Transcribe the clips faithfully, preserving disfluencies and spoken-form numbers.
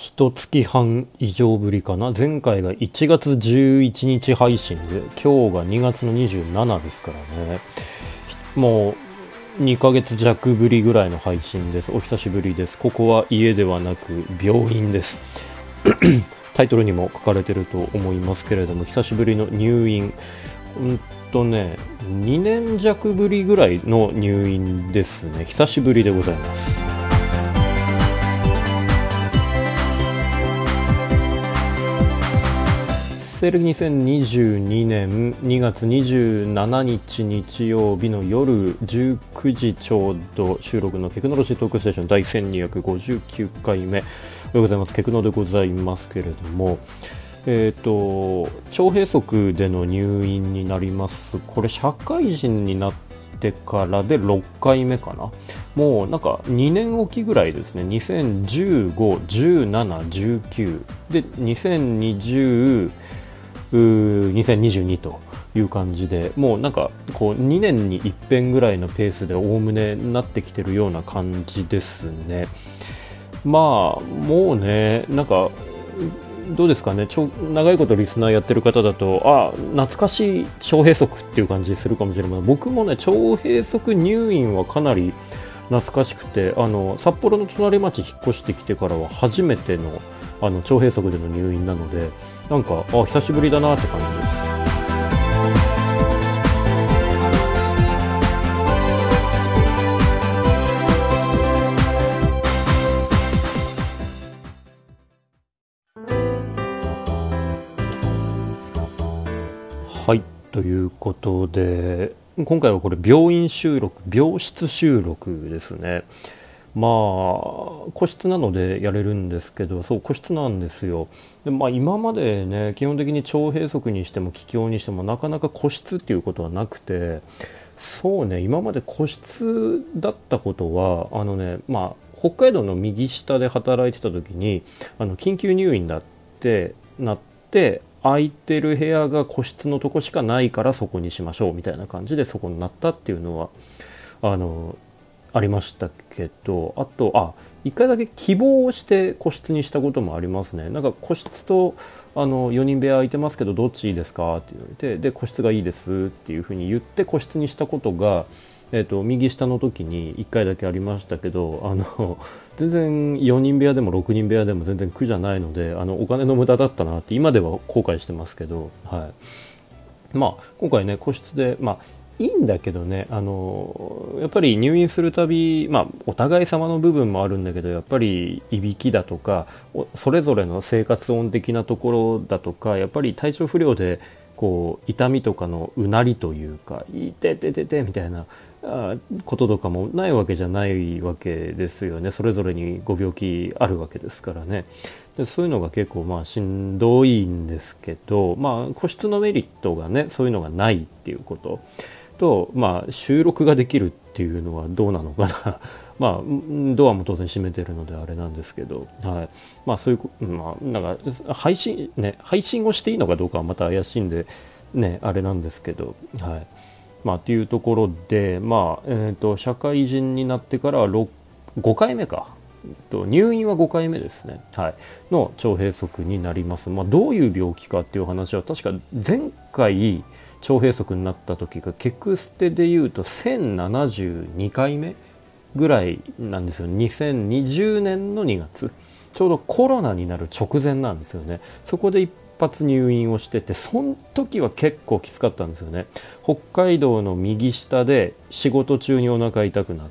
一月半以上ぶりかな。前回がいちがつじゅういちにち配信で、今日がにがつのにじゅうしちですからね。もうにかげつ弱ぶりぐらいの配信です。お久しぶりです。ここは家ではなく病院です。タイトルにも書かれてると思いますけれども、久しぶりの入院。うんとね、にねん弱ぶりぐらいの入院ですね。久しぶりでございます。西暦にせんにじゅうにねんにがつにじゅうしちにち日曜日の夜じゅうくじちょうど収録のテクノロジートークステーション第せんにひゃくごじゅうきゅうかいめおはようございます。テクノでございますけれども、えっと腸閉塞での入院になります。これ社会人になってからでろっかいめかな。もうなんかにねんおきぐらいですね。にせんじゅうご、じゅうなな、じゅうきゅうでにせんにじゅうにせんにじゅうにという感じで、もうなんかこうにねんに一遍ぐらいのペースでおおむねなってきてるような感じですね。まあもうね、なんかどうですかね、ちょ長いことリスナーやってる方だと、あ、懐かしい腸閉塞っていう感じするかもしれない。僕もね、腸閉塞入院はかなり懐かしくて、あの札幌の隣町引っ越してきてからは初めてのあの腸閉塞での入院なので、なんかあ久しぶりだなって感じです。はい、ということで今回はこれ病院収録、病室収録ですね。まあ個室なのでやれるんですけど、そう個室なんですよ。で、まあ、今までね、基本的に腸閉塞にしても気胸にしてもなかなか個室っていうことはなくて、そうね、今まで個室だったことはあのね、まあ北海道の右下で働いてた時にあの緊急入院だってなって、空いてる部屋が個室のとこしかないからそこにしましょうみたいな感じでそこになったっていうのはあのありましたけど、あとあいっかいだけ希望をして個室にしたこともありますね。なんか個室とあのよにん部屋空いてますけどどっちいいですかって言われて、で個室がいいですっていうふうに言って個室にしたことが、えーと、右下の時にいっかいだけありましたけど、あの全然よにん部屋でもろくにん部屋でも全然苦じゃないので、あのお金の無駄だったなって今では後悔してますけど、はい、まあ今回ね個室で、まあいいんだけどね、あのやっぱり入院するたび、まあ、お互い様の部分もあるんだけど、やっぱりいびきだとかそれぞれの生活音的なところだとか、やっぱり体調不良でこう痛みとかのうなりというか、いててててみたいなこととかもないわけじゃないわけですよね。それぞれにご病気あるわけですからね。でそういうのが結構まあしんどいんですけど、まあ個室のメリットがね、そういうのがないっていうことと、まあ、収録ができるっていうのはどうなのかなまあドアも当然閉めてるのであれなんですけど、はい、まあそういうまあなんか配信ね配信をしていいのかどうかはまた怪しいんでねあれなんですけど、はい、まあっていうところで、まあえっと社会人になってからはごかいめか。入院はごかいめですね、はい、の腸閉塞になります。まあ、どういう病気かっていう話は確か前回腸閉塞になった時がケクステでいうとせんななじゅうにかいめぐらいなんですよ。にせんにじゅうねんのにがつ、ちょうどコロナになる直前なんですよね。そこで一発入院をしてて、その時は結構きつかったんですよね。北海道の右下で仕事中にお腹痛くなって、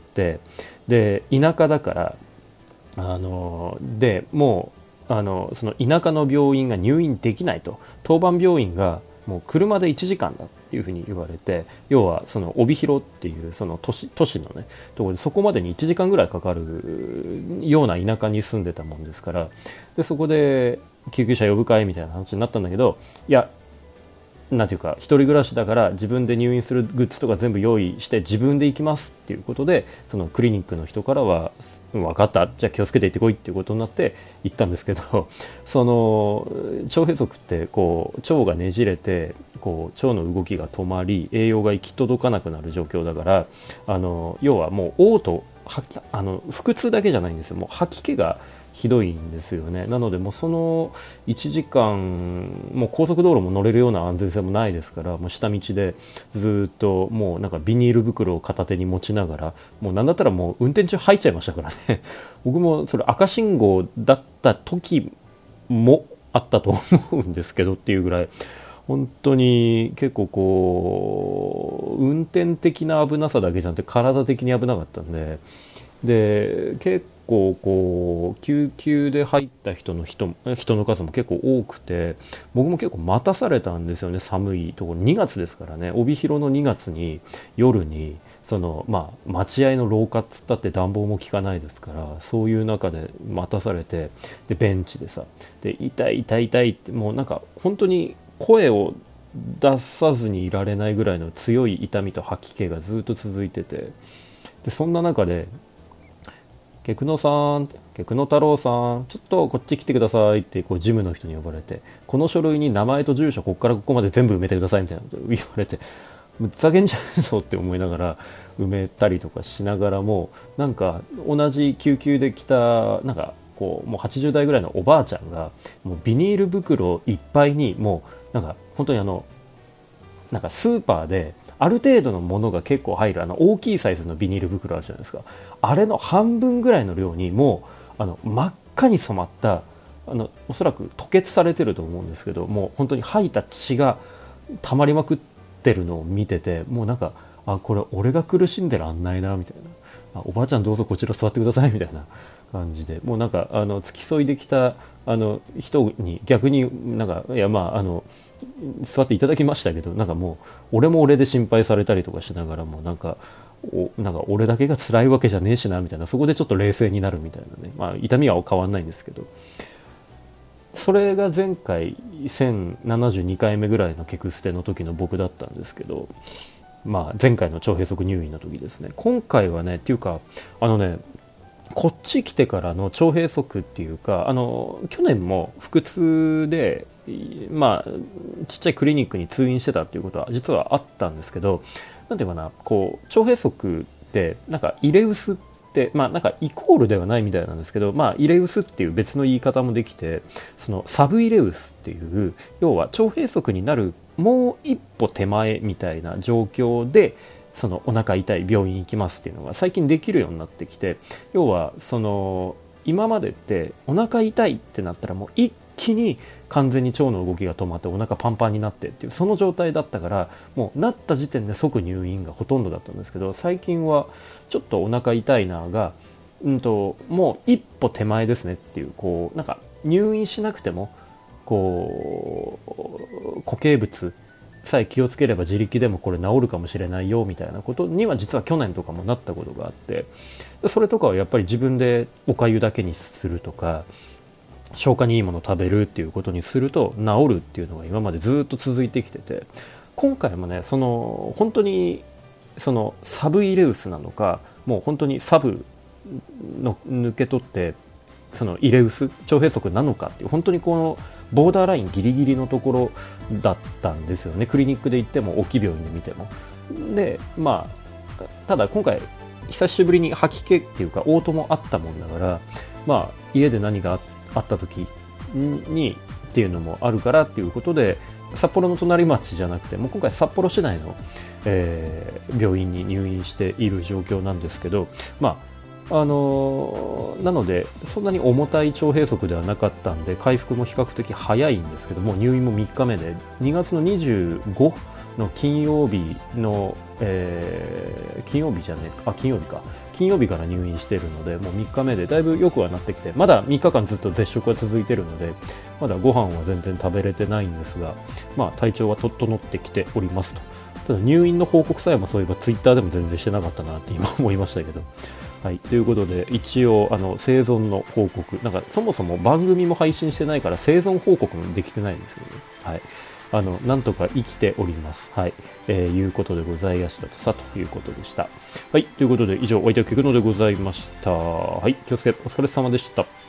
で田舎だからあのでもうあのその田舎の病院が入院できないと、当番病院がもう車でいちじかんだっていうふうに言われて、要はその帯広っていうその都市、都市のねところでそこまでにいちじかんぐらいかかるような田舎に住んでたもんですから、でそこで救急車呼ぶかいみたいな話になったんだけど、いやなんていうか一人暮らしだから自分で入院するグッズとか全部用意して自分で行きますっていうことで、そのクリニックの人からは分かった、じゃあ気をつけて行ってこいっていうことになって行ったんですけど、その腸閉塞ってこう腸がねじれてこう腸の動きが止まり栄養が行き届かなくなる状況だから、あの要はもう嘔吐はあの腹痛だけじゃないんですよ。もう吐き気がひどいんですよね。なのでもうそのいちじかんもう高速道路も乗れるような安全性もないですから、もう下道でずっともうなんかビニール袋を片手に持ちながら、もうなんだったらもう運転中入っちゃいましたからね僕もそれ赤信号だった時もあったと思うんですけどっていうぐらい、本当に結構こう運転的な危なさだけじゃなくて体的に危なかったんで、で結構こう救急で入った人の人人の数も結構多くて、僕も結構待たされたんですよね。寒いところにがつですからね、帯広のにがつに夜にそのまあ待合の廊下っつったって暖房も効かないですから、そういう中で待たされて、でベンチでさ、で痛い痛い痛いって、もうなんか本当に声を出さずにいられないぐらいの強い痛みと吐き気がずっと続いてて、でそんな中で菊野さん、菊野太郎さん、ちょっとこっち来てくださいってこう事務の人に呼ばれて、この書類に名前と住所ここからここまで全部埋めてくださいみたいなこと言われて、むっざけんじゃねえぞって思いながら埋めたりとかしながらも、なんか同じ救急で来たなんかこうもうはちじゅう代ぐらいのおばあちゃんがもうビニール袋いっぱいに、もうなんか本当にあのなんかスーパーである程度のものが結構入るあの大きいサイズのビニール袋あるじゃないですか。あれの半分ぐらいの量にもうあの真っ赤に染まったあのおそらく吐血されてると思うんですけど、もう本当に吐いた血が溜まりまくってるのを見てて、もうなんかあこれ俺が苦しんでらんないなみたいな、あおばあちゃんどうぞこちら座ってくださいみたいな感じで、もうなんかあの付き添いできたあの人に逆になんかいやまああの座っていただきましたけど、なんかもう俺も俺で心配されたりとかしながらも、なんかおなんか俺だけが辛いわけじゃねえしなみたいな、そこでちょっと冷静になるみたいなね、まあ痛みは変わんないんですけど、それが前回せんななじゅうにかいめぐらいのケクステの時の僕だったんですけど、まあ前回の腸閉塞入院の時ですね。今回はねっていうかあのねこっち来てからの腸閉塞っていうか、あの去年も腹痛でまあちっちゃいクリニックに通院してたっていうことは実はあったんですけど、なんていうかな、こう腸閉塞ってなんかイレウスってまあなんかイコールではないみたいなんですけど、まあイレウスっていう別の言い方もできて、そのサブイレウスっていう要は腸閉塞になるもう一歩手前みたいな状況でそのお腹痛い病院行きますっていうのが最近できるようになってきて、要はその今までってお腹痛いってなったらもう一気に完全に腸の動きが止まってお腹パンパンになってっていうその状態だったから、もうなった時点で即入院がほとんどだったんですけど、最近はちょっとお腹痛いなが、うんともう一歩手前ですねっていう、こうなんか入院しなくてもこう固形物さえ気をつければ自力でもこれ治るかもしれないよみたいなことには実は去年とかもなったことがあって、それとかはやっぱり自分でお粥だけにするとか消化にいいものを食べるっていうことにすると治るっていうのが今までずっと続いてきてて、今回もねその本当にそのサブイレウスなのか、もう本当にサブの抜け取ってそのイレウス腸閉塞なのかっていう、本当にこのボーダーラインギリギリのところだったんですよね。クリニックで行っても大きい病院で見ても。でまあただ今回久しぶりに吐き気っていうか嘔吐もあったもんだから、まあ家で何があった時にっていうのもあるからっていうことで、札幌の隣町じゃなくてもう今回札幌市内の、えー、病院に入院している状況なんですけど、まああのー、なのでそんなに重たい腸閉塞ではなかったんで回復も比較的早いんですけども、入院もみっかめでにがつのにじゅうごの金曜日の、えー、金曜日じゃねあ金曜日か金曜日から入院しているので、もうみっかめでだいぶ良くはなってきて、まだみっかかんずっと絶食が続いているのでまだご飯は全然食べれてないんですが、まあ体調は整ってきておりますと。ただ入院の報告さえもそういえばツイッターでも全然してなかったなって今思いましたけど、はい、ということで一応あの生存の報告、なんかそもそも番組も配信してないから生存報告もできてないんですよね。はい、あのなんとか生きております。はい、えー、いうことでございましたとさということでした。はい、ということで以上お相手を聞くのでございました。はい、気をつけお疲れ様でした。